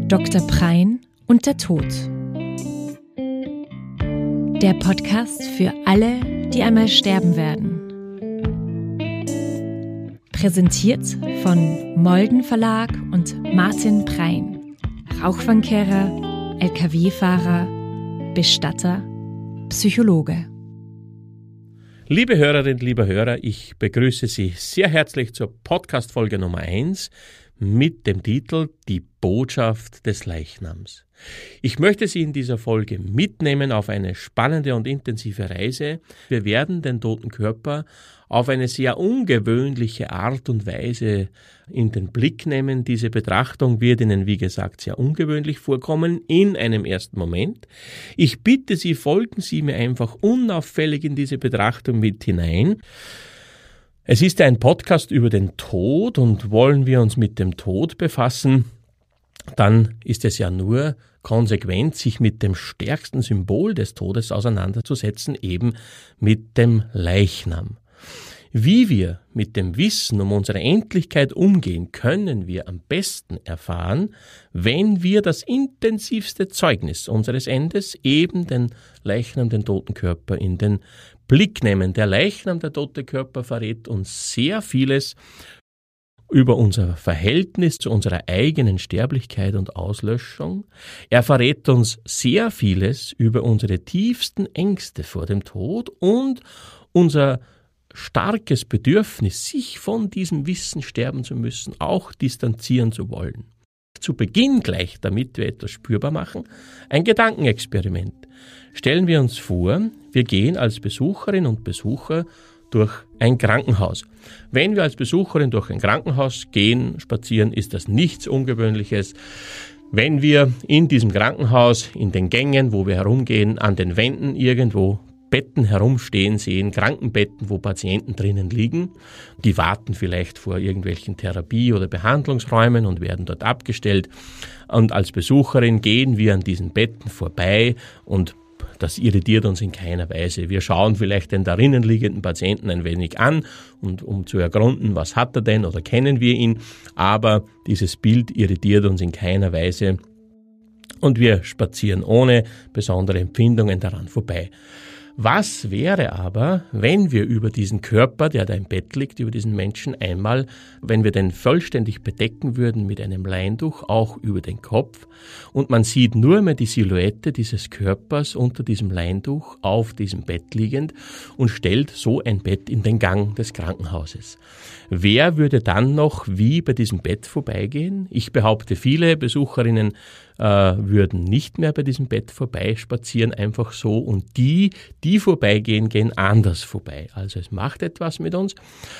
Dr. Prein und der Tod. Der Podcast für alle, die einmal sterben werden. Präsentiert von Molden Verlag und Martin Prein. Rauchfangkehrer, LKW-Fahrer, Bestatter, Psychologe. Liebe Hörerinnen, lieber Hörer, ich begrüße Sie sehr herzlich zur Podcast-Folge Nummer 1 mit dem Titel Die Botschaft des Leichnams. Ich möchte Sie in dieser Folge mitnehmen auf eine spannende und intensive Reise. Wir werden den toten Körper auf eine sehr ungewöhnliche Art und Weise in den Blick nehmen. Diese Betrachtung wird Ihnen, wie gesagt, sehr ungewöhnlich vorkommen in einem ersten Moment. Ich bitte Sie, folgen Sie mir einfach unauffällig in diese Betrachtung mit hinein. Es ist ein Podcast über den Tod und wollen wir uns mit dem Tod befassen, dann ist es ja nur konsequent, sich mit dem stärksten Symbol des Todes auseinanderzusetzen, eben mit dem Leichnam. Wie wir mit dem Wissen um unsere Endlichkeit umgehen, können wir am besten erfahren, wenn wir das intensivste Zeugnis unseres Endes, eben den Leichnam, den toten Körper, in den Blick nehmen. Der Leichnam, der tote Körper, verrät uns sehr vieles über unser Verhältnis zu unserer eigenen Sterblichkeit und Auslöschung. Er verrät uns sehr vieles über unsere tiefsten Ängste vor dem Tod und unser starkes Bedürfnis, sich von diesem Wissen sterben zu müssen, auch distanzieren zu wollen. Zu Beginn gleich, damit wir etwas spürbar machen, ein Gedankenexperiment. Stellen wir uns vor, wir gehen als Besucherin und Besucher durch ein Krankenhaus. Wenn wir als Besucherin durch ein Krankenhaus gehen, spazieren, ist das nichts Ungewöhnliches. Wenn wir in diesem Krankenhaus, in den Gängen, wo wir herumgehen, an den Wänden irgendwo Betten herumstehen sehen, Krankenbetten, wo Patienten drinnen liegen, die warten vielleicht vor irgendwelchen Therapie- oder Behandlungsräumen und werden dort abgestellt. Und als Besucherin gehen wir an diesen Betten vorbei und das irritiert uns in keiner Weise. Wir schauen vielleicht den darin liegenden Patienten ein wenig an, und um zu ergründen, was hat er denn oder kennen wir ihn, aber dieses Bild irritiert uns in keiner Weise und wir spazieren ohne besondere Empfindungen daran vorbei. Was wäre aber, wenn wir über diesen Körper, der da im Bett liegt, über diesen Menschen einmal, wenn wir den vollständig bedecken würden mit einem Leintuch, auch über den Kopf, und man sieht nur mehr die Silhouette dieses Körpers unter diesem Leintuch auf diesem Bett liegend und stellt so ein Bett in den Gang des Krankenhauses. Wer würde dann noch wie bei diesem Bett vorbeigehen? Ich behaupte, viele Besucherinnen würden nicht mehr bei diesem Bett vorbeispazieren, einfach so, und die vorbeigehen, gehen anders vorbei. Also es macht etwas mit uns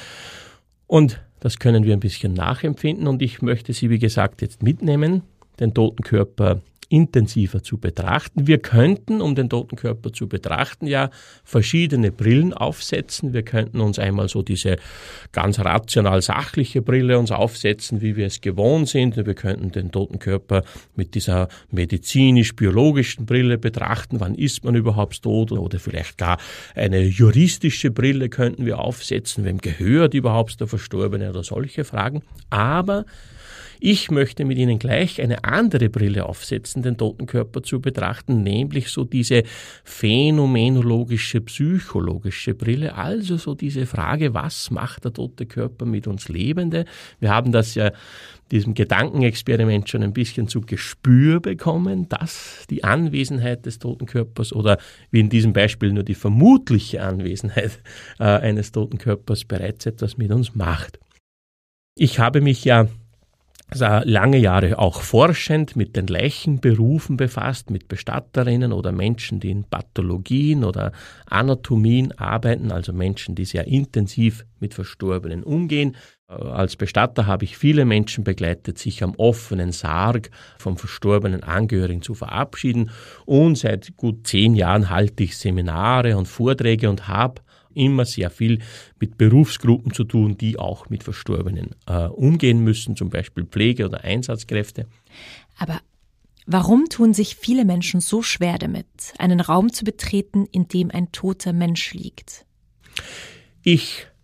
und das können wir ein bisschen nachempfinden und ich möchte Sie, wie gesagt, jetzt mitnehmen, den toten Körper intensiver zu betrachten. Wir könnten, um den toten Körper zu betrachten, ja verschiedene Brillen aufsetzen. Wir könnten uns einmal so diese ganz rational sachliche Brille uns aufsetzen, wie wir es gewohnt sind. Wir könnten den toten Körper mit dieser medizinisch-biologischen Brille betrachten. Wann ist man überhaupt tot? Oder vielleicht gar eine juristische Brille könnten wir aufsetzen. Wem gehört überhaupt der Verstorbene oder solche Fragen? Aber ich möchte mit Ihnen gleich eine andere Brille aufsetzen, den toten Körper zu betrachten, nämlich so diese phänomenologische, psychologische Brille, also so diese Frage, was macht der tote Körper mit uns Lebende? Wir haben das ja diesem Gedankenexperiment schon ein bisschen zu Gespür bekommen, dass die Anwesenheit des toten Körpers oder wie in diesem Beispiel nur die vermutliche Anwesenheit eines toten Körpers bereits etwas mit uns macht. Ich habe mich ja lange Jahre auch forschend mit den Leichenberufen befasst, mit Bestatterinnen oder Menschen, die in Pathologien oder Anatomien arbeiten, also Menschen, die sehr intensiv mit Verstorbenen umgehen. Als Bestatter habe ich viele Menschen begleitet, sich am offenen Sarg vom verstorbenen Angehörigen zu verabschieden, und seit gut 10 Jahren halte ich Seminare und Vorträge und habe immer sehr viel mit Berufsgruppen zu tun, die auch mit Verstorbenen umgehen müssen, zum Beispiel Pflege- oder Einsatzkräfte. Aber warum tun sich viele Menschen so schwer damit, einen Raum zu betreten, in dem ein toter Mensch liegt? Ich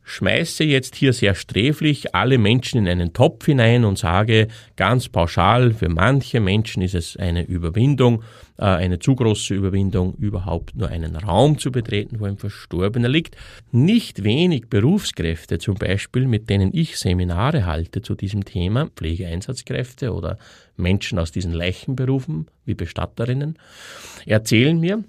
schmeiße jetzt hier sehr sträflich alle Menschen in einen Topf hinein und sage ganz pauschal, für manche Menschen ist es eine Überwindung, eine zu große Überwindung, überhaupt nur einen Raum zu betreten, wo ein Verstorbener liegt. Nicht wenig Berufskräfte zum Beispiel, mit denen ich Seminare halte zu diesem Thema, Pflegeeinsatzkräfte oder Menschen aus diesen Leichenberufen wie Bestatterinnen, erzählen mir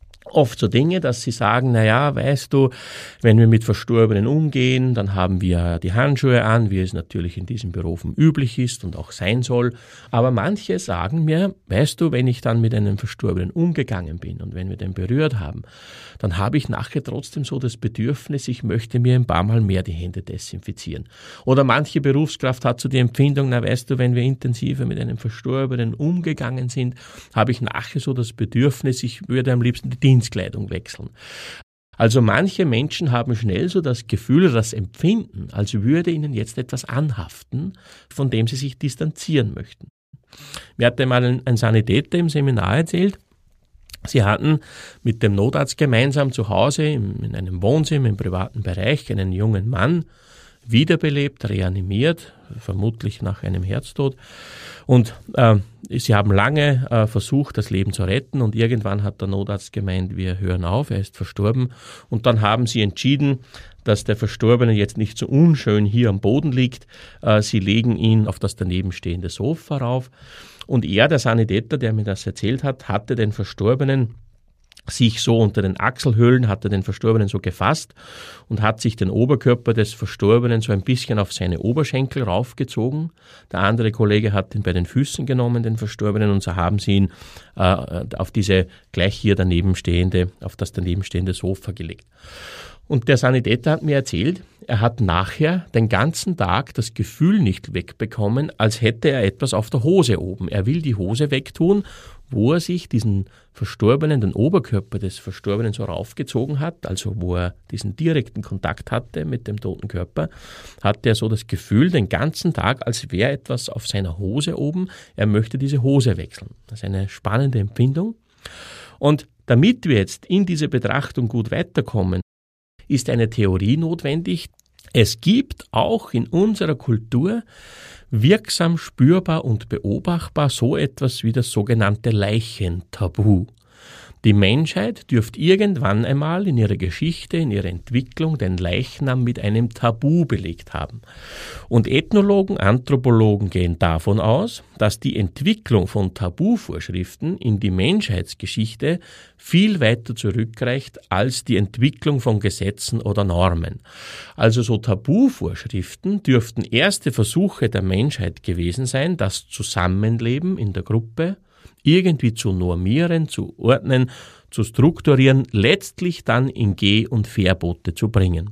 oft so Dinge, dass sie sagen, naja, weißt du, wenn wir mit Verstorbenen umgehen, dann haben wir die Handschuhe an, wie es natürlich in diesen Berufen üblich ist und auch sein soll. Aber manche sagen mir, weißt du, wenn ich dann mit einem Verstorbenen umgegangen bin und wenn wir den berührt haben, dann habe ich nachher trotzdem so das Bedürfnis, ich möchte mir ein paar Mal mehr die Hände desinfizieren. Oder manche Berufskraft hat so die Empfindung, na weißt du, wenn wir intensiver mit einem Verstorbenen umgegangen sind, habe ich nachher so das Bedürfnis, ich würde am liebsten die Dienstkleidung wechseln. Also manche Menschen haben schnell so das Gefühl oder das Empfinden, als würde ihnen jetzt etwas anhaften, von dem sie sich distanzieren möchten. Mir hatte mal ein Sanitäter im Seminar erzählt, sie hatten mit dem Notarzt gemeinsam zu Hause in einem Wohnzimmer im privaten Bereich einen jungen Mann wiederbelebt, reanimiert, vermutlich nach einem Herztod. Und sie haben lange versucht, das Leben zu retten und irgendwann hat der Notarzt gemeint, wir hören auf, er ist verstorben. Und dann haben sie entschieden, dass der Verstorbene jetzt nicht so unschön hier am Boden liegt. Sie legen ihn auf das danebenstehende Sofa rauf. Und er, der Sanitäter, der mir das erzählt hat, hatte den Verstorbenen sich so unter den Achselhöhlen, hatte den Verstorbenen so gefasst und hat sich den Oberkörper des Verstorbenen so ein bisschen auf seine Oberschenkel raufgezogen. Der andere Kollege hat ihn bei den Füßen genommen, den Verstorbenen, und so haben sie ihn auf diese gleich hier auf das danebenstehende Sofa gelegt. Und der Sanitäter hat mir erzählt, er hat nachher den ganzen Tag das Gefühl nicht wegbekommen, als hätte er etwas auf der Hose oben. Er will die Hose wegtun, wo er sich diesen Verstorbenen, den Oberkörper des Verstorbenen so raufgezogen hat, also wo er diesen direkten Kontakt hatte mit dem toten Körper, hatte er so das Gefühl den ganzen Tag, als wäre etwas auf seiner Hose oben. Er möchte diese Hose wechseln. Das ist eine spannende Empfindung. Und damit wir jetzt in diese Betrachtung gut weiterkommen, ist eine Theorie notwendig. Es gibt auch in unserer Kultur wirksam spürbar und beobachtbar so etwas wie das sogenannte Leichentabu. Die Menschheit dürfte irgendwann einmal in ihrer Geschichte, in ihrer Entwicklung den Leichnam mit einem Tabu belegt haben. Und Ethnologen, Anthropologen gehen davon aus, dass die Entwicklung von Tabuvorschriften in die Menschheitsgeschichte viel weiter zurückreicht als die Entwicklung von Gesetzen oder Normen. Also so Tabuvorschriften dürften erste Versuche der Menschheit gewesen sein, das Zusammenleben in der Gruppe irgendwie zu normieren, zu ordnen, zu strukturieren, letztlich dann in Geh- und Verbote zu bringen.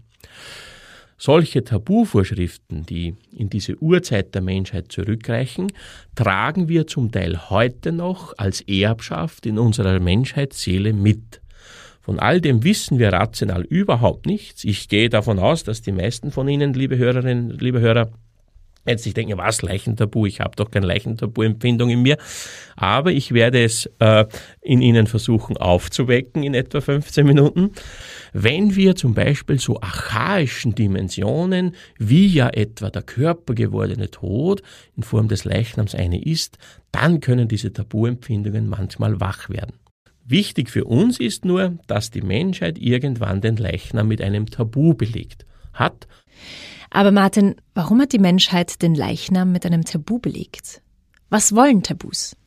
Solche Tabuvorschriften, die in diese Urzeit der Menschheit zurückreichen, tragen wir zum Teil heute noch als Erbschaft in unserer Menschheitsseele mit. Von all dem wissen wir rational überhaupt nichts. Ich gehe davon aus, dass die meisten von Ihnen, liebe Hörerinnen, liebe Hörer, jetzt ich denke, was, Leichentabu? Ich habe doch keine Leichentabu-Empfindung in mir. Aber ich werde es in Ihnen versuchen aufzuwecken in etwa 15 Minuten. Wenn wir zum Beispiel so archaischen Dimensionen, wie ja etwa der körpergewordene Tod in Form des Leichnams eine ist, dann können diese Tabuempfindungen manchmal wach werden. Wichtig für uns ist nur, dass die Menschheit irgendwann den Leichnam mit einem Tabu belegt hat. Aber Martin, warum hat die Menschheit den Leichnam mit einem Tabu belegt? Was wollen Tabus?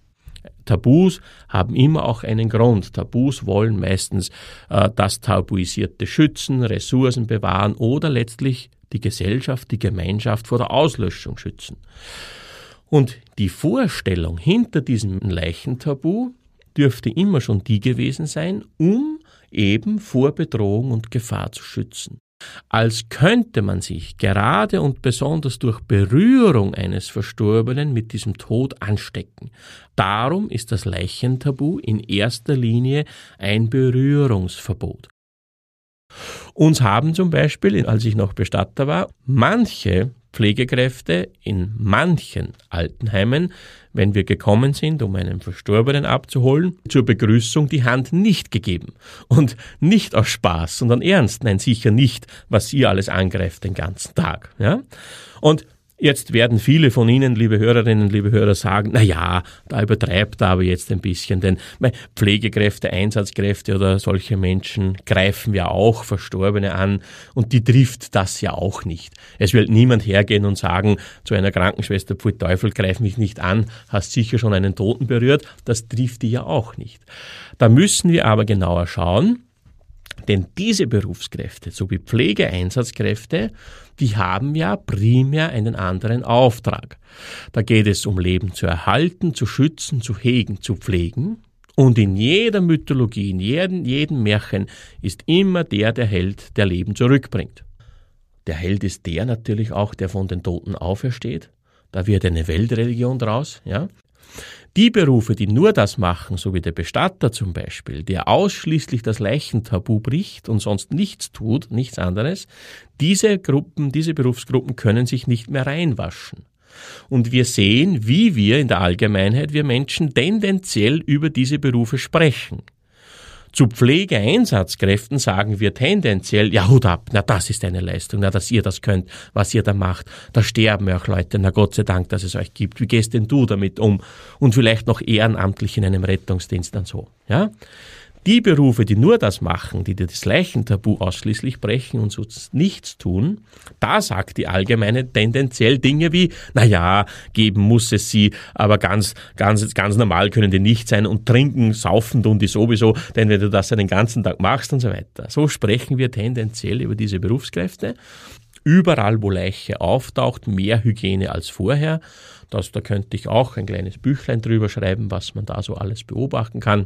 Tabus haben immer auch einen Grund. Tabus wollen meistens das Tabuisierte schützen, Ressourcen bewahren oder letztlich die Gesellschaft, die Gemeinschaft vor der Auslöschung schützen. Und die Vorstellung hinter diesem Leichentabu dürfte immer schon die gewesen sein, um eben vor Bedrohung und Gefahr zu schützen. Als könnte man sich gerade und besonders durch Berührung eines Verstorbenen mit diesem Tod anstecken. Darum ist das Leichentabu in erster Linie ein Berührungsverbot. Uns haben zum Beispiel, als ich noch Bestatter war, manche Pflegekräfte in manchen Altenheimen, wenn wir gekommen sind, um einen Verstorbenen abzuholen, zur Begrüßung die Hand nicht gegeben. Und nicht aus Spaß, sondern ernst. Nein, sicher nicht, was ihr alles angreift den ganzen Tag. Ja? Und jetzt werden viele von Ihnen, liebe Hörerinnen, liebe Hörer, sagen, na ja, da übertreibt er aber jetzt ein bisschen, denn Pflegekräfte, Einsatzkräfte oder solche Menschen greifen ja auch Verstorbene an und die trifft das ja auch nicht. Es wird niemand hergehen und sagen zu einer Krankenschwester, pfui Teufel, greif mich nicht an, hast sicher schon einen Toten berührt, das trifft die ja auch nicht. Da müssen wir aber genauer schauen, denn diese Berufskräfte, so wie Pflegeeinsatzkräfte, die haben ja primär einen anderen Auftrag. Da geht es um Leben zu erhalten, zu schützen, zu hegen, zu pflegen. Und in jeder Mythologie, in jedem Märchen ist immer der Held, der Leben zurückbringt. Der Held ist der natürlich auch, der von den Toten aufersteht. Da wird eine Weltreligion draus, ja. Die Berufe, die nur das machen, so wie der Bestatter zum Beispiel, der ausschließlich das Leichentabu bricht und sonst nichts tut, nichts anderes, diese Berufsgruppen können sich nicht mehr reinwaschen. Und wir sehen, wie wir in der Allgemeinheit, wir Menschen tendenziell über diese Berufe sprechen. Zu Pflegeeinsatzkräften sagen wir tendenziell, ja Hut ab, na das ist eine Leistung, na dass ihr das könnt, was ihr da macht. Da sterben ja auch Leute, na Gott sei Dank, dass es euch gibt. Wie gehst denn du damit um? Und vielleicht noch ehrenamtlich in einem Rettungsdienst und so. Ja? Die Berufe, die nur das machen, die das Leichentabu ausschließlich brechen und sonst nichts tun, da sagt die Allgemeine tendenziell Dinge wie, na ja, geben muss es sie, aber ganz normal können die nicht sein und trinken, saufen tun die sowieso, denn wenn du das den ganzen Tag machst und so weiter. So sprechen wir tendenziell über diese Berufskräfte. Überall, wo Leiche auftaucht, mehr Hygiene als vorher. Da könnte ich auch ein kleines Büchlein drüber schreiben, was man da so alles beobachten kann.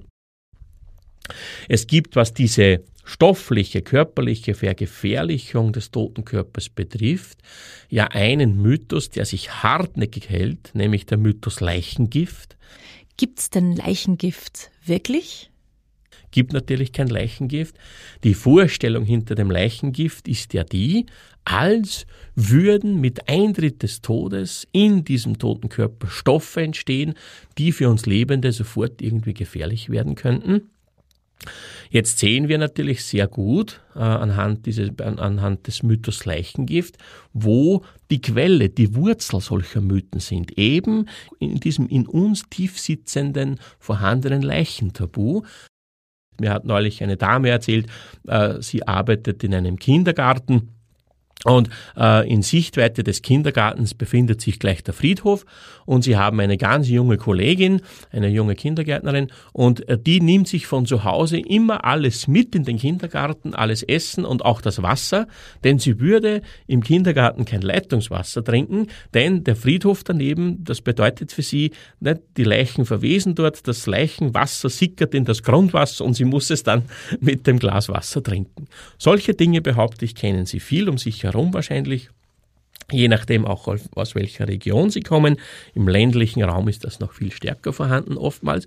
Es gibt, was diese stoffliche, körperliche Vergefährlichung des toten Körpers betrifft, ja einen Mythos, der sich hartnäckig hält, nämlich der Mythos Leichengift. Gibt's denn Leichengift wirklich? Gibt natürlich kein Leichengift. Die Vorstellung hinter dem Leichengift ist ja die, als würden mit Eintritt des Todes in diesem toten Körper Stoffe entstehen, die für uns Lebende sofort irgendwie gefährlich werden könnten. Jetzt sehen wir natürlich sehr gut anhand des Mythos Leichengift, wo die Quelle, die Wurzel solcher Mythen sind. Eben in diesem in uns tief sitzenden, vorhandenen Leichentabu. Mir hat neulich eine Dame erzählt, sie arbeitet in einem Kindergarten. Und in Sichtweite des Kindergartens befindet sich gleich der Friedhof und sie haben eine ganz junge Kollegin, eine junge Kindergärtnerin und die nimmt sich von zu Hause immer alles mit in den Kindergarten, alles Essen und auch das Wasser, denn sie würde im Kindergarten kein Leitungswasser trinken, denn der Friedhof daneben, das bedeutet für sie, ne, die Leichen verwesen dort, das Leichenwasser sickert in das Grundwasser und sie muss es dann mit dem Glas Wasser trinken. Solche Dinge, behaupte ich, kennen sie viel um sich herum wahrscheinlich, je nachdem auch aus welcher Region sie kommen. Im ländlichen Raum ist das noch viel stärker vorhanden oftmals.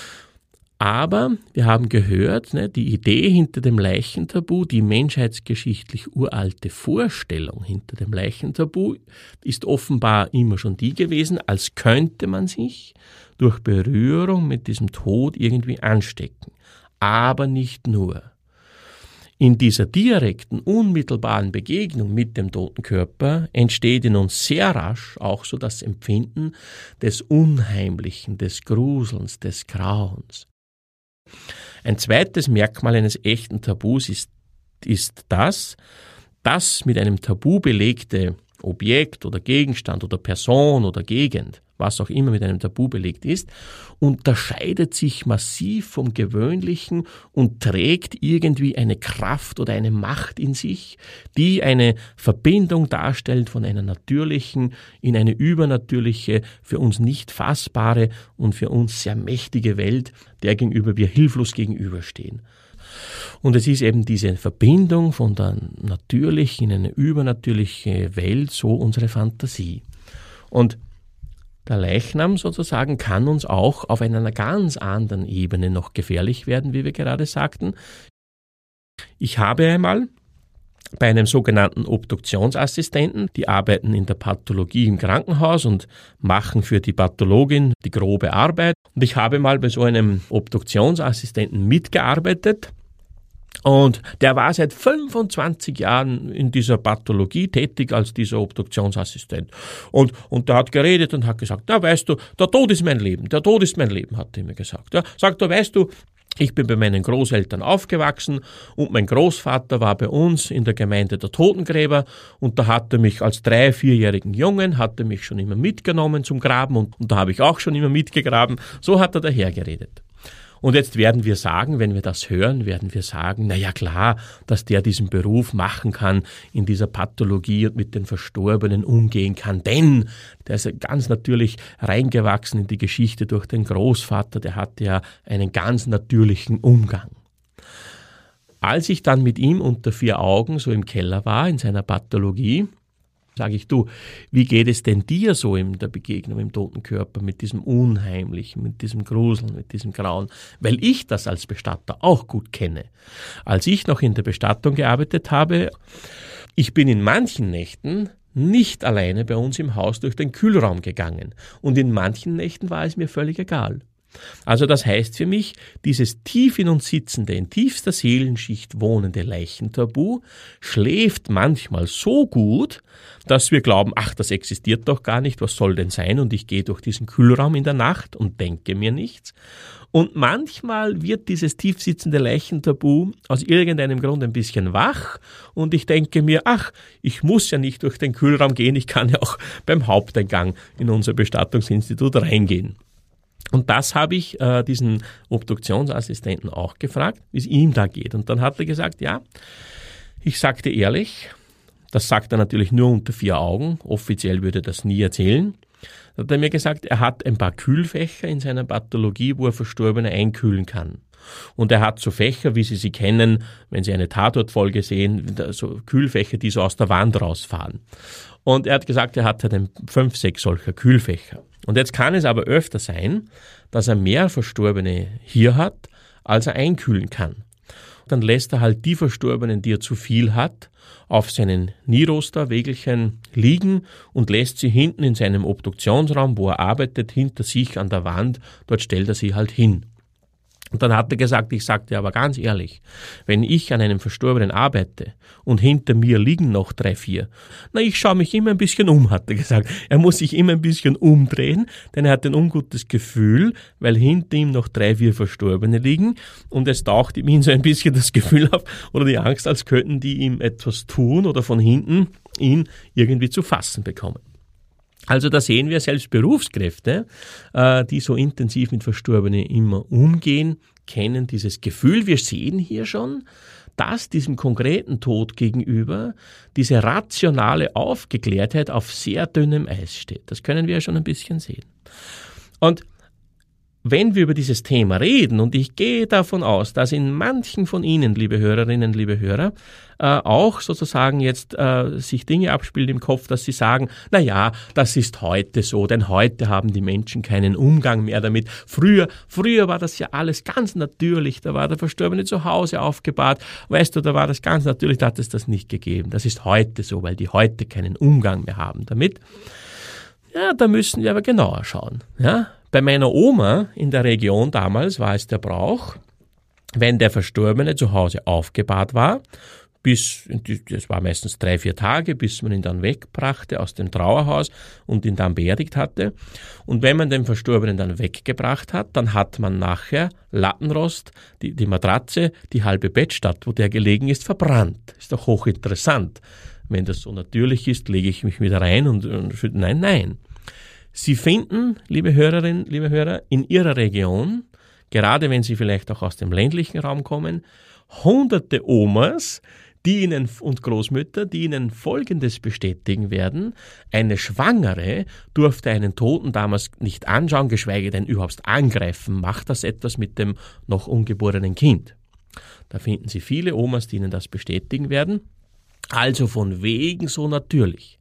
Aber wir haben gehört, ne, die Idee hinter dem Leichentabu, die menschheitsgeschichtlich uralte Vorstellung hinter dem Leichentabu ist offenbar immer schon die gewesen, als könnte man sich durch Berührung mit diesem Tod irgendwie anstecken. Aber nicht nur. In dieser direkten, unmittelbaren Begegnung mit dem toten Körper entsteht in uns sehr rasch auch so das Empfinden des Unheimlichen, des Gruselns, des Grauens. Ein zweites Merkmal eines echten Tabus ist das mit einem Tabu belegte Objekt oder Gegenstand oder Person oder Gegend, was auch immer mit einem Tabu belegt ist, unterscheidet sich massiv vom Gewöhnlichen und trägt irgendwie eine Kraft oder eine Macht in sich, die eine Verbindung darstellt von einer natürlichen in eine übernatürliche, für uns nicht fassbare und für uns sehr mächtige Welt, der gegenüber wir hilflos gegenüberstehen. Und es ist eben diese Verbindung von der natürlichen in eine übernatürliche Welt, so unsere Fantasie. Und der Leichnam sozusagen kann uns auch auf einer ganz anderen Ebene noch gefährlich werden, wie wir gerade sagten. Ich habe einmal bei einem sogenannten Obduktionsassistenten. Die arbeiten in der Pathologie im Krankenhaus und machen für die Pathologin die grobe Arbeit. Und ich habe mal bei so einem Obduktionsassistenten mitgearbeitet. Und der war seit 25 Jahren in dieser Pathologie tätig als dieser Obduktionsassistent. Und der hat geredet und hat gesagt, na weißt du, der Tod ist mein Leben, hat er mir gesagt. Ja, sagt er, weißt du, ich bin bei meinen Großeltern aufgewachsen und mein Großvater war bei uns in der Gemeinde der Totengräber und da hat er mich als 3-, 4-jährigen Jungen, hat er mich schon immer mitgenommen zum Graben und da habe ich auch schon immer mitgegraben. So hat er dahergeredet. Und jetzt werden wir sagen, wenn wir das hören, na ja klar, dass der diesen Beruf machen kann, in dieser Pathologie und mit den Verstorbenen umgehen kann, denn der ist ganz natürlich reingewachsen in die Geschichte durch den Großvater, der hatte ja einen ganz natürlichen Umgang. Als ich dann mit ihm unter 4 Augen so im Keller war, in seiner Pathologie, sage ich, du, wie geht es denn dir so in der Begegnung mit dem toten Körper, mit diesem Unheimlichen, mit diesem Gruseln, mit diesem Grauen? Weil ich das als Bestatter auch gut kenne. Als ich noch in der Bestattung gearbeitet habe, ich bin in manchen Nächten nicht alleine bei uns im Haus durch den Kühlraum gegangen. Und in manchen Nächten war es mir völlig egal. Also das heißt für mich, dieses tief in uns sitzende, in tiefster Seelenschicht wohnende Leichentabu schläft manchmal so gut, dass wir glauben, ach, das existiert doch gar nicht, was soll denn sein? Und ich gehe durch diesen Kühlraum in der Nacht und denke mir nichts. Und manchmal wird dieses tief sitzende Leichentabu aus irgendeinem Grund ein bisschen wach und ich denke mir, ach, ich muss ja nicht durch den Kühlraum gehen, ich kann ja auch beim Haupteingang in unser Bestattungsinstitut reingehen. Und das habe ich diesen Obduktionsassistenten auch gefragt, wie es ihm da geht. Und dann hat er gesagt, ja, ich sagte ehrlich, das sagt er natürlich nur unter 4 Augen, offiziell würde er das nie erzählen. Da hat er mir gesagt, er hat ein paar Kühlfächer in seiner Pathologie, wo er Verstorbene einkühlen kann. Und er hat so Fächer, wie Sie kennen, wenn Sie eine Tatortfolge sehen, so Kühlfächer, die so aus der Wand rausfahren. Und er hat gesagt, er hat 5, 6 solcher Kühlfächer. Und jetzt kann es aber öfter sein, dass er mehr Verstorbene hier hat, als er einkühlen kann. Dann lässt er halt die Verstorbenen, die er zu viel hat, auf seinen Niroster-Wägelchen liegen und lässt sie hinten in seinem Obduktionsraum, wo er arbeitet, hinter sich an der Wand, dort stellt er sie halt hin. Und dann hat er gesagt, ich sagte aber ganz ehrlich, wenn ich an einem Verstorbenen arbeite und hinter mir liegen noch 3, 4, ich schaue mich immer ein bisschen um, hat er gesagt. Er muss sich immer ein bisschen umdrehen, denn er hat ein ungutes Gefühl, weil hinter ihm noch 3, 4 Verstorbene liegen und es taucht ihm so ein bisschen das Gefühl auf oder die Angst, als könnten die ihm etwas tun oder von hinten ihn irgendwie zu fassen bekommen. Also da sehen wir selbst Berufskräfte, die so intensiv mit Verstorbenen immer umgehen, kennen dieses Gefühl. Wir sehen hier schon, dass diesem konkreten Tod gegenüber diese rationale Aufgeklärtheit auf sehr dünnem Eis steht. Das können wir ja schon ein bisschen sehen. Und wenn wir über dieses Thema reden, und ich gehe davon aus, dass in manchen von Ihnen, liebe Hörerinnen, liebe Hörer, auch sozusagen jetzt sich Dinge abspielen im Kopf, dass Sie sagen, na ja, das ist heute so, denn heute haben die Menschen keinen Umgang mehr damit. Früher war das ja alles ganz natürlich, da war der Verstorbene zu Hause aufgebahrt, weißt du, da war das ganz natürlich, da hat es das nicht gegeben. Das ist heute so, weil die heute keinen Umgang mehr haben damit. Ja, da müssen wir aber genauer schauen, ja. Bei meiner Oma in der Region damals war es der Brauch, wenn der Verstorbene zu Hause aufgebahrt war, das war meistens 3, 4 Tage, bis man ihn dann wegbrachte aus dem Trauerhaus und ihn dann beerdigt hatte. Und wenn man den Verstorbenen dann weggebracht hat, dann hat man nachher Lattenrost, die Matratze, die halbe Bettstatt, wo der gelegen ist, verbrannt. Ist doch hochinteressant. Wenn das so natürlich ist, lege ich mich wieder rein und nein. Sie finden, liebe Hörerinnen, liebe Hörer, in Ihrer Region, gerade wenn Sie vielleicht auch aus dem ländlichen Raum kommen, hunderte Omas, und Großmütter, die Ihnen Folgendes bestätigen werden: Eine Schwangere durfte einen Toten damals nicht anschauen, geschweige denn überhaupt angreifen. Macht das etwas mit dem noch ungeborenen Kind? Da finden Sie viele Omas, die Ihnen das bestätigen werden. Also von wegen so natürlich.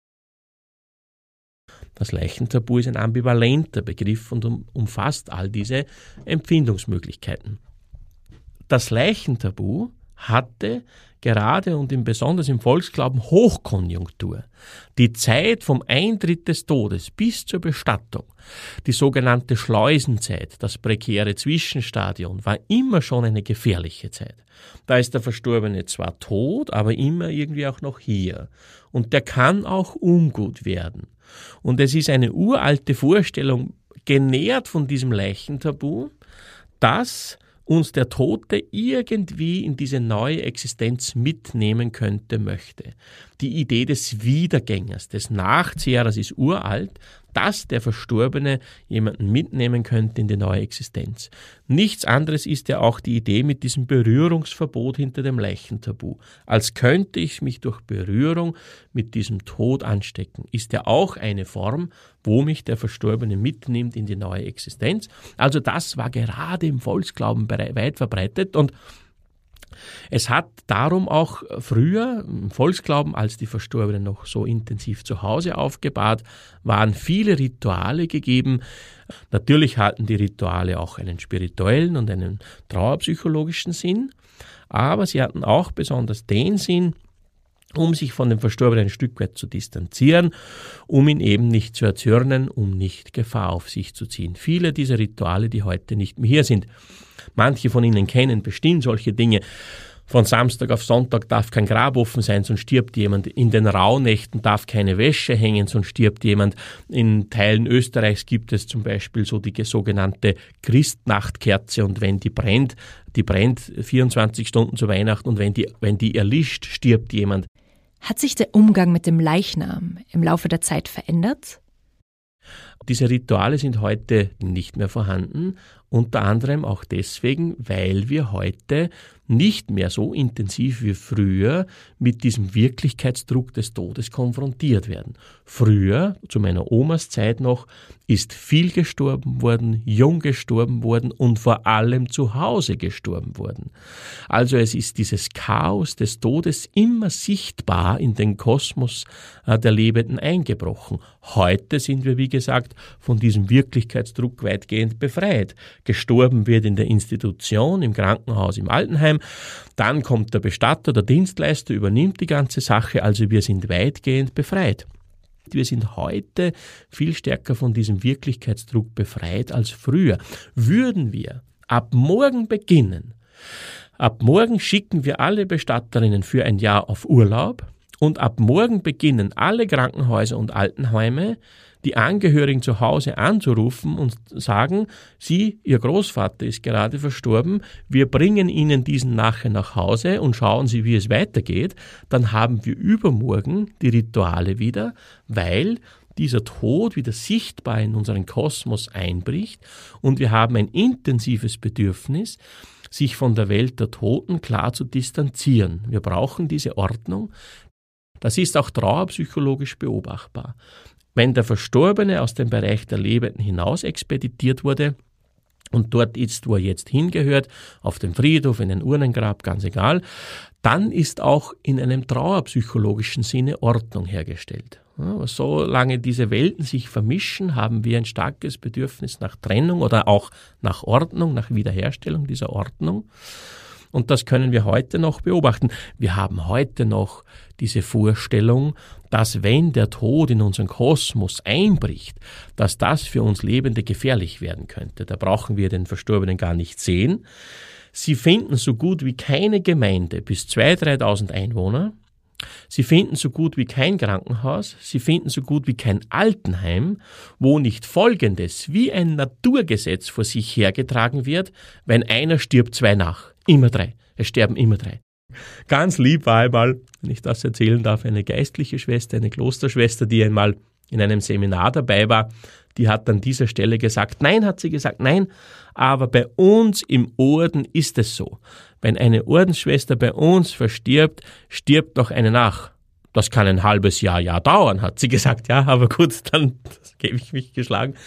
Das Leichentabu ist ein ambivalenter Begriff und umfasst all diese Empfindungsmöglichkeiten. Das Leichentabu hatte gerade und besonders im Volksglauben Hochkonjunktur. Die Zeit vom Eintritt des Todes bis zur Bestattung, die sogenannte Schleusenzeit, das prekäre Zwischenstadium, war immer schon eine gefährliche Zeit. Da ist der Verstorbene zwar tot, aber immer irgendwie auch noch hier. Und der kann auch ungut werden. Und es ist eine uralte Vorstellung, genährt von diesem Leichentabu, dass uns der Tote irgendwie in diese neue Existenz mitnehmen könnte, möchte. Die Idee des Wiedergängers, des Nachzehrers ist uralt, dass der Verstorbene jemanden mitnehmen könnte in die neue Existenz. Nichts anderes ist ja auch die Idee mit diesem Berührungsverbot hinter dem Leichentabu. Als könnte ich mich durch Berührung mit diesem Tod anstecken. Ist ja auch eine Form, wo mich der Verstorbene mitnimmt in die neue Existenz. Also das war gerade im Volksglauben weit verbreitet und es hat darum auch früher im Volksglauben, als die Verstorbenen noch so intensiv zu Hause aufgebahrt waren, viele Rituale gegeben. Natürlich hatten die Rituale auch einen spirituellen und einen trauerpsychologischen Sinn, aber sie hatten auch besonders den Sinn, um sich von dem Verstorbenen ein Stück weit zu distanzieren, um ihn eben nicht zu erzürnen, um nicht Gefahr auf sich zu ziehen. Viele dieser Rituale, die heute nicht mehr hier sind. Manche von Ihnen kennen bestimmt solche Dinge. Von Samstag auf Sonntag darf kein Grab offen sein, sonst stirbt jemand. In den Rauhnächten darf keine Wäsche hängen, sonst stirbt jemand. In Teilen Österreichs gibt es zum Beispiel so die sogenannte Christnachtkerze und wenn die brennt 24 Stunden zu Weihnachten und wenn die erlischt, stirbt jemand. Hat sich der Umgang mit dem Leichnam im Laufe der Zeit verändert? Diese Rituale sind heute nicht mehr vorhanden, unter anderem auch deswegen, weil wir heute nicht mehr so intensiv wie früher mit diesem Wirklichkeitsdruck des Todes konfrontiert werden. Früher, zu meiner Omas Zeit noch, ist viel gestorben worden, jung gestorben worden und vor allem zu Hause gestorben worden. Also es ist dieses Chaos des Todes immer sichtbar in den Kosmos der Lebenden eingebrochen. Heute sind wir, wie gesagt, von diesem Wirklichkeitsdruck weitgehend befreit. Gestorben wird in der Institution, im Krankenhaus, im Altenheim, dann kommt der Bestatter, der Dienstleister, übernimmt die ganze Sache, also wir sind weitgehend befreit. Wir sind heute viel stärker von diesem Wirklichkeitsdruck befreit als früher. Würden wir ab morgen beginnen, ab morgen schicken wir alle Bestatterinnen für ein Jahr auf Urlaub und ab morgen beginnen alle Krankenhäuser und Altenheime, die Angehörigen zu Hause anzurufen und sagen, Sie, Ihr Großvater ist gerade verstorben, wir bringen Ihnen diesen nachher nach Hause und schauen Sie, wie es weitergeht, dann haben wir übermorgen die Rituale wieder, weil dieser Tod wieder sichtbar in unseren Kosmos einbricht und wir haben ein intensives Bedürfnis, sich von der Welt der Toten klar zu distanzieren. Wir brauchen diese Ordnung. Das ist auch trauerpsychologisch beobachtbar. Wenn der Verstorbene aus dem Bereich der Lebenden hinaus expeditiert wurde und dort ist, wo er jetzt hingehört, auf dem Friedhof, in ein Urnengrab, ganz egal, dann ist auch in einem trauerpsychologischen Sinne Ordnung hergestellt. Ja, solange diese Welten sich vermischen, haben wir ein starkes Bedürfnis nach Trennung oder auch nach Ordnung, nach Wiederherstellung dieser Ordnung. Und das können wir heute noch beobachten. Wir haben heute noch diese Vorstellung, dass wenn der Tod in unseren Kosmos einbricht, dass das für uns Lebende gefährlich werden könnte. Da brauchen wir den Verstorbenen gar nicht sehen. Sie finden so gut wie keine Gemeinde bis 2.000, 3.000 Einwohner. Sie finden so gut wie kein Krankenhaus, sie finden so gut wie kein Altenheim, wo nicht Folgendes wie ein Naturgesetz vor sich hergetragen wird, wenn einer stirbt, 2 nach. Immer 3. Es sterben immer 3. Ganz lieb war einmal, wenn ich das erzählen darf, eine geistliche Schwester, eine Klosterschwester, die einmal in einem Seminar dabei war, die hat an dieser Stelle gesagt, nein, hat sie gesagt, nein, aber bei uns im Orden ist es so. Wenn eine Ordensschwester bei uns verstirbt, stirbt noch eine nach. Das kann ein halbes Jahr dauern, hat sie gesagt. Ja, aber gut, dann gebe ich mich geschlagen.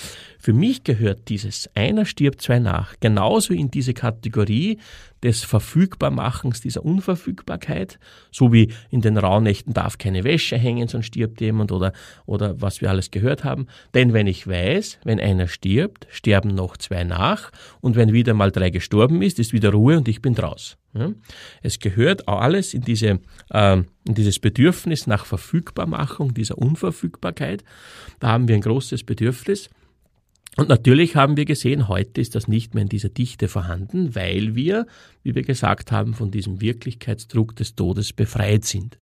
Für mich gehört dieses einer stirbt, zwei nach genauso in diese Kategorie des Verfügbarmachens, dieser Unverfügbarkeit, so wie in den Rauhnächten darf keine Wäsche hängen, sonst stirbt jemand oder was wir alles gehört haben. Denn wenn ich weiß, wenn einer stirbt, sterben noch zwei nach und wenn wieder mal 3 gestorben ist wieder Ruhe und ich bin draus. Ja? Es gehört alles in dieses Bedürfnis nach Verfügbarmachung, dieser Unverfügbarkeit. Da haben wir ein großes Bedürfnis. Und natürlich haben wir gesehen, heute ist das nicht mehr in dieser Dichte vorhanden, weil wir, wie wir gesagt haben, von diesem Wirklichkeitsdruck des Todes befreit sind.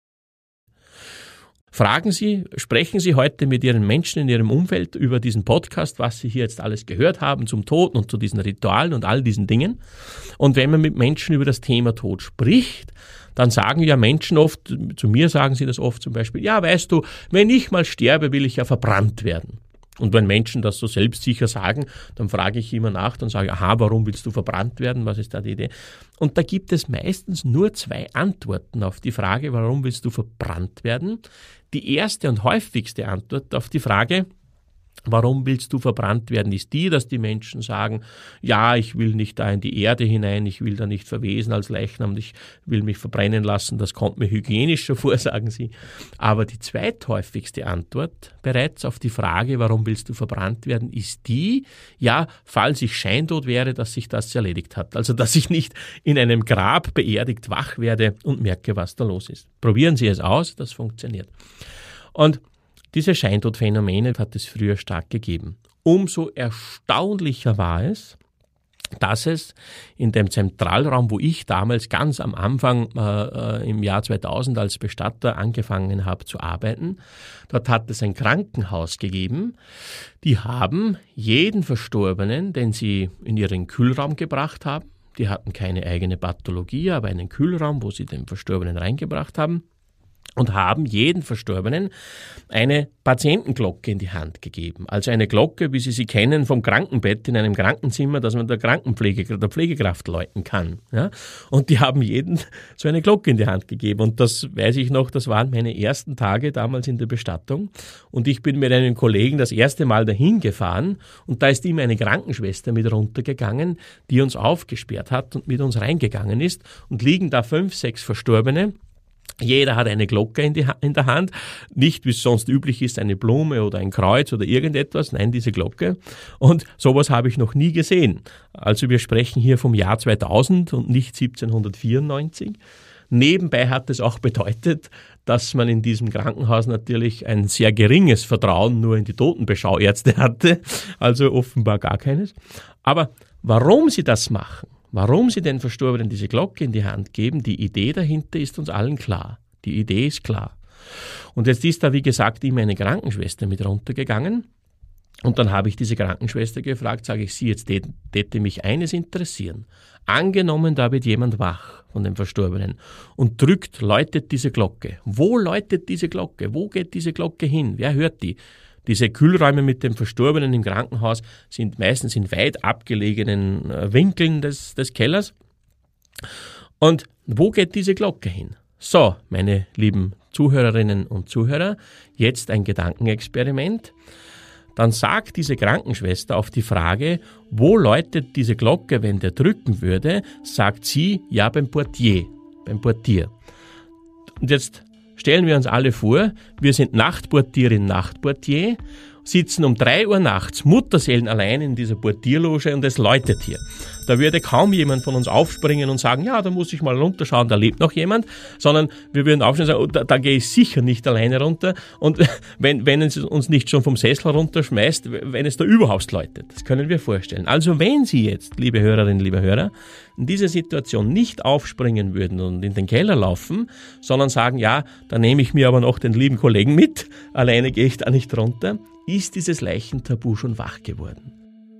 Sprechen Sie heute mit Ihren Menschen in Ihrem Umfeld über diesen Podcast, was Sie hier jetzt alles gehört haben zum Tod und zu diesen Ritualen und all diesen Dingen. Und wenn man mit Menschen über das Thema Tod spricht, dann sagen ja Menschen oft, zu mir sagen sie das oft zum Beispiel, ja, weißt du, wenn ich mal sterbe, will ich ja verbrannt werden. Und wenn Menschen das so selbstsicher sagen, dann frage ich immer nach, dann sage ich, aha, warum willst du verbrannt werden? Was ist da die Idee? Und da gibt es meistens nur 2 Antworten auf die Frage, warum willst du verbrannt werden? Die erste und häufigste Antwort auf die Frage, warum willst du verbrannt werden, ist die, dass die Menschen sagen, ja, ich will nicht da in die Erde hinein, ich will da nicht verwesen als Leichnam, ich will mich verbrennen lassen, das kommt mir hygienischer vor, sagen sie. Aber die zweithäufigste Antwort bereits auf die Frage, warum willst du verbrannt werden, ist die, ja, falls ich scheintot wäre, dass sich das erledigt hat. Also, dass ich nicht in einem Grab beerdigt wach werde und merke, was da los ist. Probieren Sie es aus, das funktioniert. Und diese Scheintodphänomene hat es früher stark gegeben. Umso erstaunlicher war es, dass es in dem Zentralraum, wo ich damals ganz am Anfang im Jahr 2000 als Bestatter angefangen habe zu arbeiten, dort hat es ein Krankenhaus gegeben, die haben jeden Verstorbenen, den sie in ihren Kühlraum gebracht haben, die hatten keine eigene Pathologie, aber einen Kühlraum, wo sie den Verstorbenen reingebracht haben, und haben jeden Verstorbenen eine Patientenglocke in die Hand gegeben. Also eine Glocke, wie Sie sie kennen vom Krankenbett in einem Krankenzimmer, dass man der Pflegekraft läuten kann. Ja? Und die haben jeden so eine Glocke in die Hand gegeben. Und das weiß ich noch, das waren meine ersten Tage damals in der Bestattung. Und ich bin mit einem Kollegen das erste Mal dahin gefahren und da ist immer eine Krankenschwester mit runtergegangen, die uns aufgesperrt hat und mit uns reingegangen ist. Und liegen da 5, 6 Verstorbene. Jeder hat eine Glocke in der Hand, nicht wie es sonst üblich ist, eine Blume oder ein Kreuz oder irgendetwas, nein, diese Glocke. Und sowas habe ich noch nie gesehen. Also wir sprechen hier vom Jahr 2000 und nicht 1794. Nebenbei hat es auch bedeutet, dass man in diesem Krankenhaus natürlich ein sehr geringes Vertrauen nur in die Totenbeschauärzte hatte, also offenbar gar keines. Aber warum sie das machen, warum sie den Verstorbenen diese Glocke in die Hand geben, die Idee dahinter ist uns allen klar. Die Idee ist klar. Und jetzt ist da, wie gesagt, immer eine Krankenschwester mit runtergegangen. Und dann habe ich diese Krankenschwester gefragt, sage ich, Sie, jetzt täte mich eines interessieren. Angenommen, da wird jemand wach von dem Verstorbenen und läutet diese Glocke. Wo läutet diese Glocke? Wo geht diese Glocke hin? Wer hört die? Diese Kühlräume mit dem Verstorbenen im Krankenhaus sind meistens in weit abgelegenen Winkeln des Kellers. Und wo geht diese Glocke hin? So, meine lieben Zuhörerinnen und Zuhörer, jetzt ein Gedankenexperiment. Dann sagt diese Krankenschwester auf die Frage, wo läutet diese Glocke, wenn der drücken würde, sagt sie, ja, beim Portier. Und jetzt stellen wir uns alle vor, wir sind Nachtportierin, Nachtportier, sitzen um 3 Uhr nachts, Mutterseelen allein in dieser Portierloge und es läutet hier. Da würde kaum jemand von uns aufspringen und sagen, ja, da muss ich mal runterschauen, da lebt noch jemand, sondern wir würden aufstehen und sagen, da gehe ich sicher nicht alleine runter und wenn es uns nicht schon vom Sessel runterschmeißt, wenn es da überhaupt läutet. Das können wir vorstellen. Also wenn Sie jetzt, liebe Hörerinnen, liebe Hörer, in dieser Situation nicht aufspringen würden und in den Keller laufen, sondern sagen, ja, da nehme ich mir aber noch den lieben Kollegen mit, alleine gehe ich da nicht runter, ist dieses Leichentabu schon wach geworden.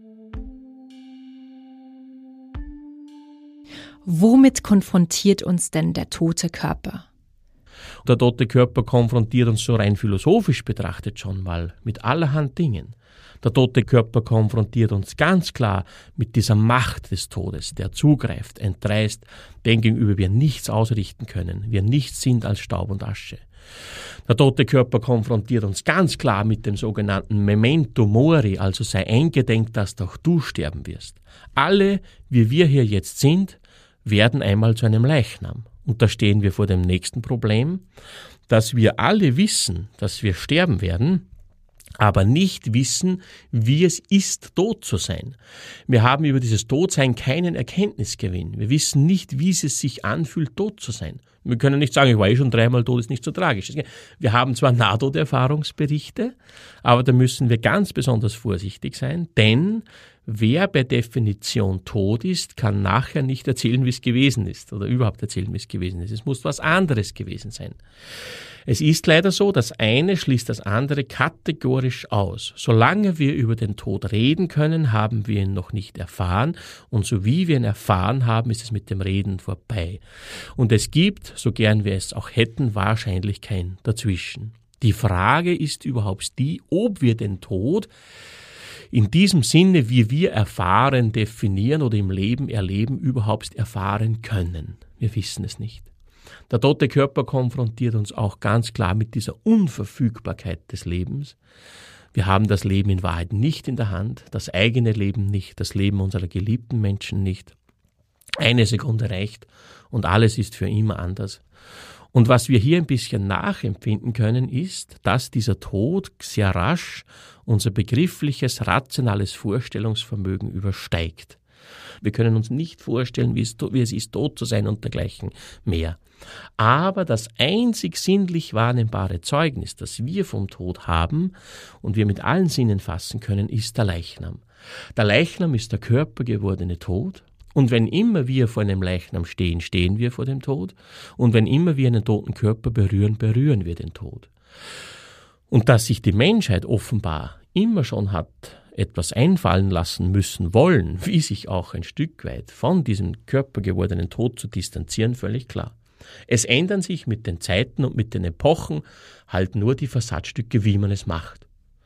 Womit konfrontiert uns denn der tote Körper? Der tote Körper konfrontiert uns so rein philosophisch betrachtet schon mal mit allerhand Dingen. Der tote Körper konfrontiert uns ganz klar mit dieser Macht des Todes, der zugreift, entreißt, dem gegenüber wir nichts ausrichten können, wir nichts sind als Staub und Asche. Der tote Körper konfrontiert uns ganz klar mit dem sogenannten Memento Mori, also sei eingedenk, dass auch du sterben wirst. Alle, wie wir hier jetzt sind, werden einmal zu einem Leichnam. Und da stehen wir vor dem nächsten Problem, dass wir alle wissen, dass wir sterben werden, aber nicht wissen, wie es ist, tot zu sein. Wir haben über dieses Todsein keinen Erkenntnisgewinn. Wir wissen nicht, wie es sich anfühlt, tot zu sein. Wir können nicht sagen, ich war schon 3-mal tot, ist nicht so tragisch. Wir haben zwar Nahtoderfahrungsberichte, aber da müssen wir ganz besonders vorsichtig sein, denn wer per Definition tot ist, kann nachher nicht erzählen, wie es gewesen ist oder überhaupt erzählen, wie es gewesen ist. Es muss was anderes gewesen sein. Es ist leider so, das eine schließt das andere kategorisch aus. Solange wir über den Tod reden können, haben wir ihn noch nicht erfahren und so wie wir ihn erfahren haben, ist es mit dem Reden vorbei. Und es gibt, so gern wir es auch hätten, wahrscheinlich kein Dazwischen. Die Frage ist überhaupt die, ob wir den Tod in diesem Sinne, wie wir erfahren, definieren oder im Leben erleben, überhaupt erfahren können. Wir wissen es nicht. Der tote Körper konfrontiert uns auch ganz klar mit dieser Unverfügbarkeit des Lebens. Wir haben das Leben in Wahrheit nicht in der Hand, das eigene Leben nicht, das Leben unserer geliebten Menschen nicht. Eine Sekunde reicht und alles ist für immer anders. Und was wir hier ein bisschen nachempfinden können, ist, dass dieser Tod sehr rasch unser begriffliches, rationales Vorstellungsvermögen übersteigt. Wir können uns nicht vorstellen, wie es ist, tot zu sein und dergleichen mehr. Aber das einzig sinnlich wahrnehmbare Zeugnis, das wir vom Tod haben und wir mit allen Sinnen fassen können, ist der Leichnam. Der Leichnam ist der körpergewordene Tod. Und wenn immer wir vor einem Leichnam stehen, stehen wir vor dem Tod. Und wenn immer wir einen toten Körper berühren, berühren wir den Tod. Und dass sich die Menschheit offenbar immer schon hat etwas einfallen lassen müssen wollen, wie sich auch ein Stück weit von diesem körpergewordenen Tod zu distanzieren, völlig klar. Es ändern sich mit den Zeiten und mit den Epochen halt nur die Versatzstücke, wie man es macht.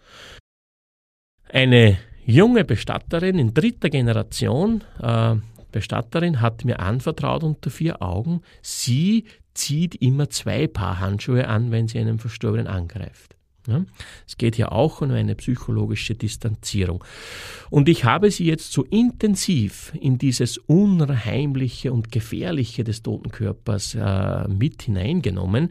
Eine junge Bestatterin in 3. Generation, Bestatterin, hat mir anvertraut unter 4 Augen, sie zieht immer 2 Paar Handschuhe an, wenn sie einen Verstorbenen angreift. Ja, es geht hier auch um eine psychologische Distanzierung. Und ich habe sie jetzt so intensiv in dieses Unheimliche und Gefährliche des toten Körpers mit hineingenommen.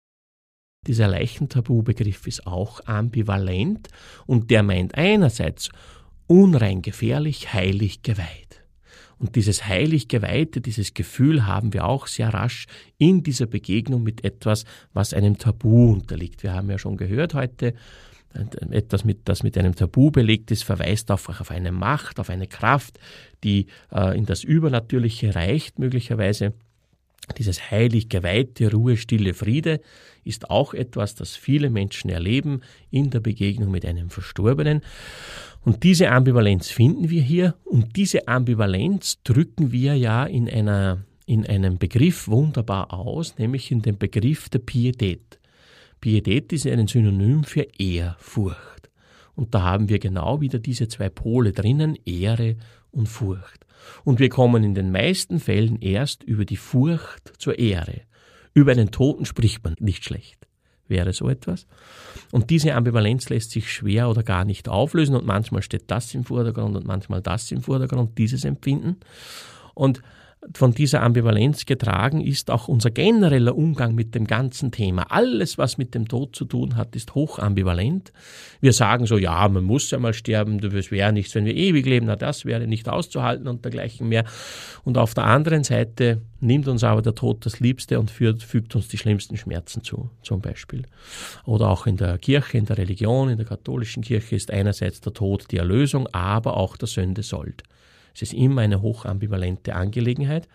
Dieser Leichentabu-Begriff ist auch ambivalent und der meint einerseits unrein gefährlich, heilig geweiht. Und dieses heilig Geweihte, dieses Gefühl haben wir auch sehr rasch in dieser Begegnung mit etwas, was einem Tabu unterliegt. Wir haben ja schon gehört heute, etwas, das mit einem Tabu belegt ist, verweist auf eine Macht, auf eine Kraft, die in das Übernatürliche reicht möglicherweise. Dieses heilig geweihte Ruhe, Stille, Friede ist auch etwas, das viele Menschen erleben in der Begegnung mit einem Verstorbenen. Und diese Ambivalenz finden wir hier und diese Ambivalenz drücken wir ja in einem Begriff wunderbar aus, nämlich in dem Begriff der Pietät. Pietät ist ein Synonym für Ehrfurcht. Und da haben wir genau wieder diese 2 Pole drinnen, Ehre und Furcht. Und wir kommen in den meisten Fällen erst über die Furcht zur Ehre. Über einen Toten spricht man nicht schlecht. Wäre so etwas. Und diese Ambivalenz lässt sich schwer oder gar nicht auflösen und manchmal steht das im Vordergrund und manchmal das im Vordergrund, dieses Empfinden. Und von dieser Ambivalenz getragen ist auch unser genereller Umgang mit dem ganzen Thema. Alles, was mit dem Tod zu tun hat, ist hochambivalent. Wir sagen so, ja, man muss ja mal sterben, das wäre nichts, wenn wir ewig leben, na, das wäre nicht auszuhalten und dergleichen mehr. Und auf der anderen Seite nimmt uns aber der Tod das Liebste und fügt uns die schlimmsten Schmerzen zu, zum Beispiel. Oder auch in der Kirche, in der Religion, in der katholischen Kirche ist einerseits der Tod die Erlösung, aber auch der Sünde Sold. Es ist immer eine hochambivalente Angelegenheit.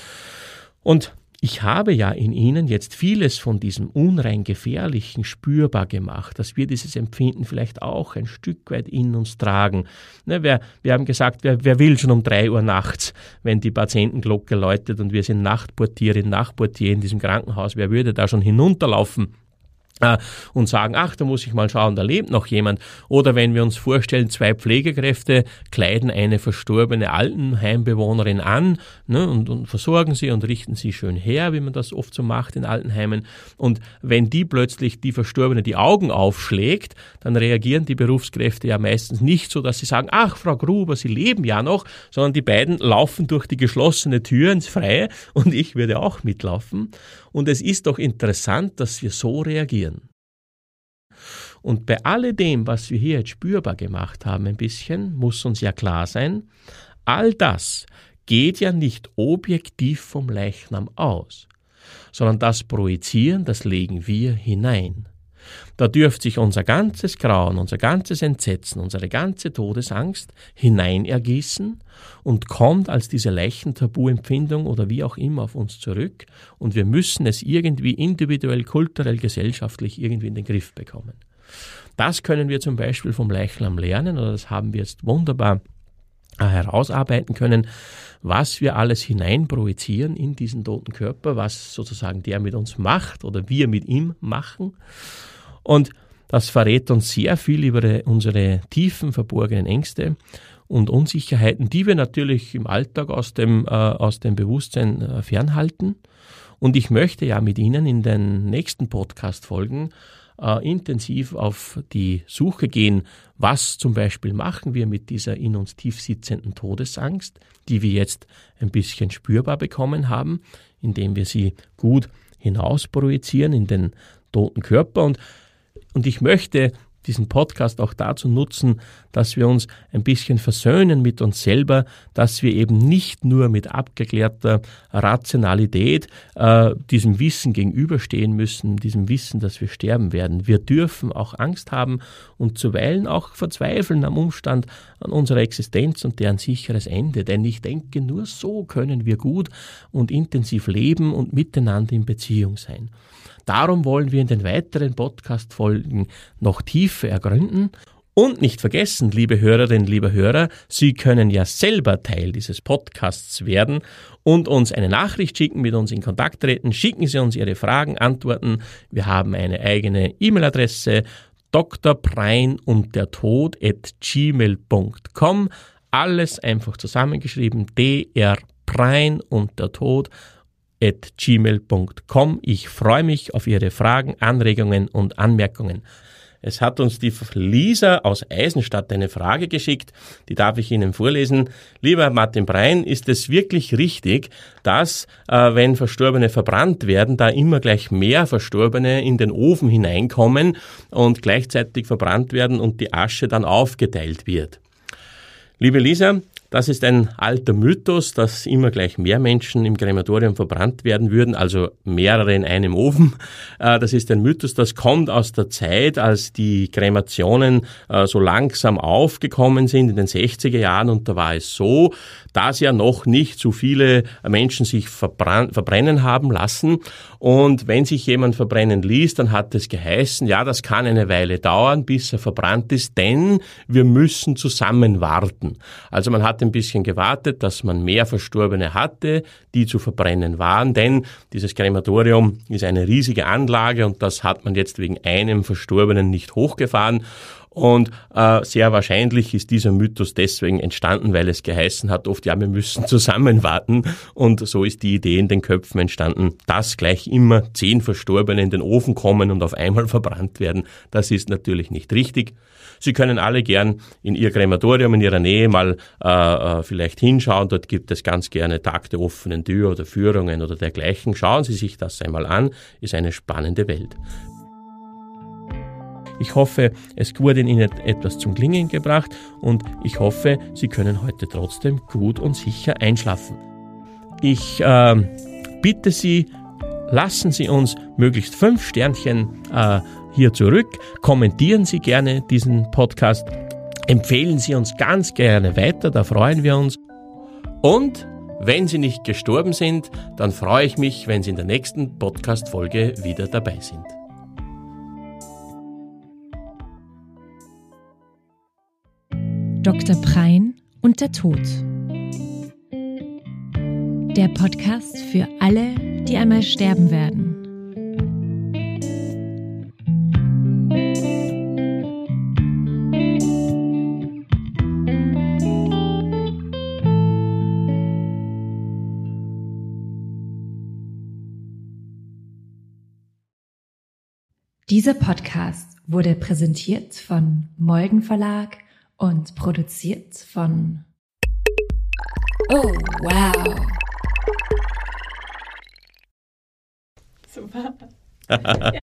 Und ich habe ja in Ihnen jetzt vieles von diesem unrein Gefährlichen spürbar gemacht, dass wir dieses Empfinden vielleicht auch ein Stück weit in uns tragen. Wir haben gesagt, wer will schon um 3 Uhr nachts, wenn die Patientenglocke läutet und wir sind Nachtportierin, Nachtportier in diesem Krankenhaus, wer würde da schon hinunterlaufen und sagen, ach, da muss ich mal schauen, da lebt noch jemand. Oder wenn wir uns vorstellen, 2 Pflegekräfte kleiden eine verstorbene Altenheimbewohnerin an, ne, und versorgen sie und richten sie schön her, wie man das oft so macht in Altenheimen. Und wenn die plötzlich, die Verstorbene, die Augen aufschlägt, dann reagieren die Berufskräfte ja meistens nicht so, dass sie sagen, ach, Frau Gruber, Sie leben ja noch, sondern die beiden laufen durch die geschlossene Tür ins Freie und ich würde auch mitlaufen. Und es ist doch interessant, dass wir so reagieren. Und bei alledem, was wir hier jetzt spürbar gemacht haben ein bisschen, muss uns ja klar sein, all das geht ja nicht objektiv vom Leichnam aus, sondern das Projizieren, das legen wir hinein. Da dürft sich unser ganzes Grauen, unser ganzes Entsetzen, unsere ganze Todesangst hineinergießen und kommt als diese Leichentabu-Empfindung oder wie auch immer auf uns zurück und wir müssen es irgendwie individuell, kulturell, gesellschaftlich irgendwie in den Griff bekommen. Das können wir zum Beispiel vom Leichnam lernen oder das haben wir jetzt wunderbar herausarbeiten können, was wir alles hineinprojizieren in diesen toten Körper, was sozusagen der mit uns macht oder wir mit ihm machen. Und das verrät uns sehr viel über unsere tiefen, verborgenen Ängste und Unsicherheiten, die wir natürlich im Alltag aus dem Bewusstsein fernhalten. Und ich möchte ja mit Ihnen in den nächsten Podcast-Folgen intensiv auf die Suche gehen, was zum Beispiel machen wir mit dieser in uns tief sitzenden Todesangst, die wir jetzt ein bisschen spürbar bekommen haben, indem wir sie gut hinausprojizieren in den toten Körper. Und ich möchte diesen Podcast auch dazu nutzen, dass wir uns ein bisschen versöhnen mit uns selber, dass wir eben nicht nur mit abgeklärter Rationalität diesem Wissen gegenüberstehen müssen, diesem Wissen, dass wir sterben werden. Wir dürfen auch Angst haben und zuweilen auch verzweifeln am Umstand an unserer Existenz und deren sicheres Ende. Denn ich denke, nur so können wir gut und intensiv leben und miteinander in Beziehung sein. Darum wollen wir in den weiteren Podcast-Folgen noch tiefer ergründen. Und nicht vergessen, liebe Hörerinnen, liebe Hörer, Sie können ja selber Teil dieses Podcasts werden und uns eine Nachricht schicken, mit uns in Kontakt treten. Schicken Sie uns Ihre Fragen, Antworten. Wir haben eine eigene E-Mail-Adresse, drprein@gmail.com. Alles einfach zusammengeschrieben, drprein@gmail.com. Ich freue mich auf Ihre Fragen, Anregungen und Anmerkungen. Es hat uns die Lisa aus Eisenstadt eine Frage geschickt, die darf ich Ihnen vorlesen. Lieber Martin Prein, ist es wirklich richtig, dass, wenn Verstorbene verbrannt werden, da immer gleich mehr Verstorbene in den Ofen hineinkommen und gleichzeitig verbrannt werden und die Asche dann aufgeteilt wird? Liebe Lisa, das ist ein alter Mythos, dass immer gleich mehr Menschen im Krematorium verbrannt werden würden, also mehrere in einem Ofen. Das ist ein Mythos, das kommt aus der Zeit, als die Kremationen so langsam aufgekommen sind in den 60er Jahren. Und da war es so, dass ja noch nicht so viele Menschen sich verbrennen haben lassen. Und wenn sich jemand verbrennen ließ, dann hat es geheißen, ja, das kann eine Weile dauern, bis er verbrannt ist, denn wir müssen zusammen warten. Also man hat ein bisschen gewartet, dass man mehr Verstorbene hatte, die zu verbrennen waren, denn dieses Krematorium ist eine riesige Anlage und das hat man jetzt wegen einem Verstorbenen nicht hochgefahren. Und sehr wahrscheinlich ist dieser Mythos deswegen entstanden, weil es geheißen hat oft, ja, wir müssen zusammen warten. Und so ist die Idee in den Köpfen entstanden, dass gleich immer 10 Verstorbene in den Ofen kommen und auf einmal verbrannt werden. Das ist natürlich nicht richtig. Sie können alle gern in Ihr Krematorium in Ihrer Nähe mal vielleicht hinschauen. Dort gibt es ganz gerne Tag der offenen Tür oder Führungen oder dergleichen. Schauen Sie sich das einmal an. Ist eine spannende Welt. Ich hoffe, es wurde Ihnen etwas zum Klingen gebracht und ich hoffe, Sie können heute trotzdem gut und sicher einschlafen. Ich bitte Sie, lassen Sie uns möglichst 5 Sternchen hier zurück. Kommentieren Sie gerne diesen Podcast. Empfehlen Sie uns ganz gerne weiter, da freuen wir uns. Und wenn Sie nicht gestorben sind, dann freue ich mich, wenn Sie in der nächsten Podcast-Folge wieder dabei sind. Dr. Prein und der Tod. Der Podcast für alle, die einmal sterben werden. Dieser Podcast wurde präsentiert von Molden Verlag und produziert von Oh, wow. Super.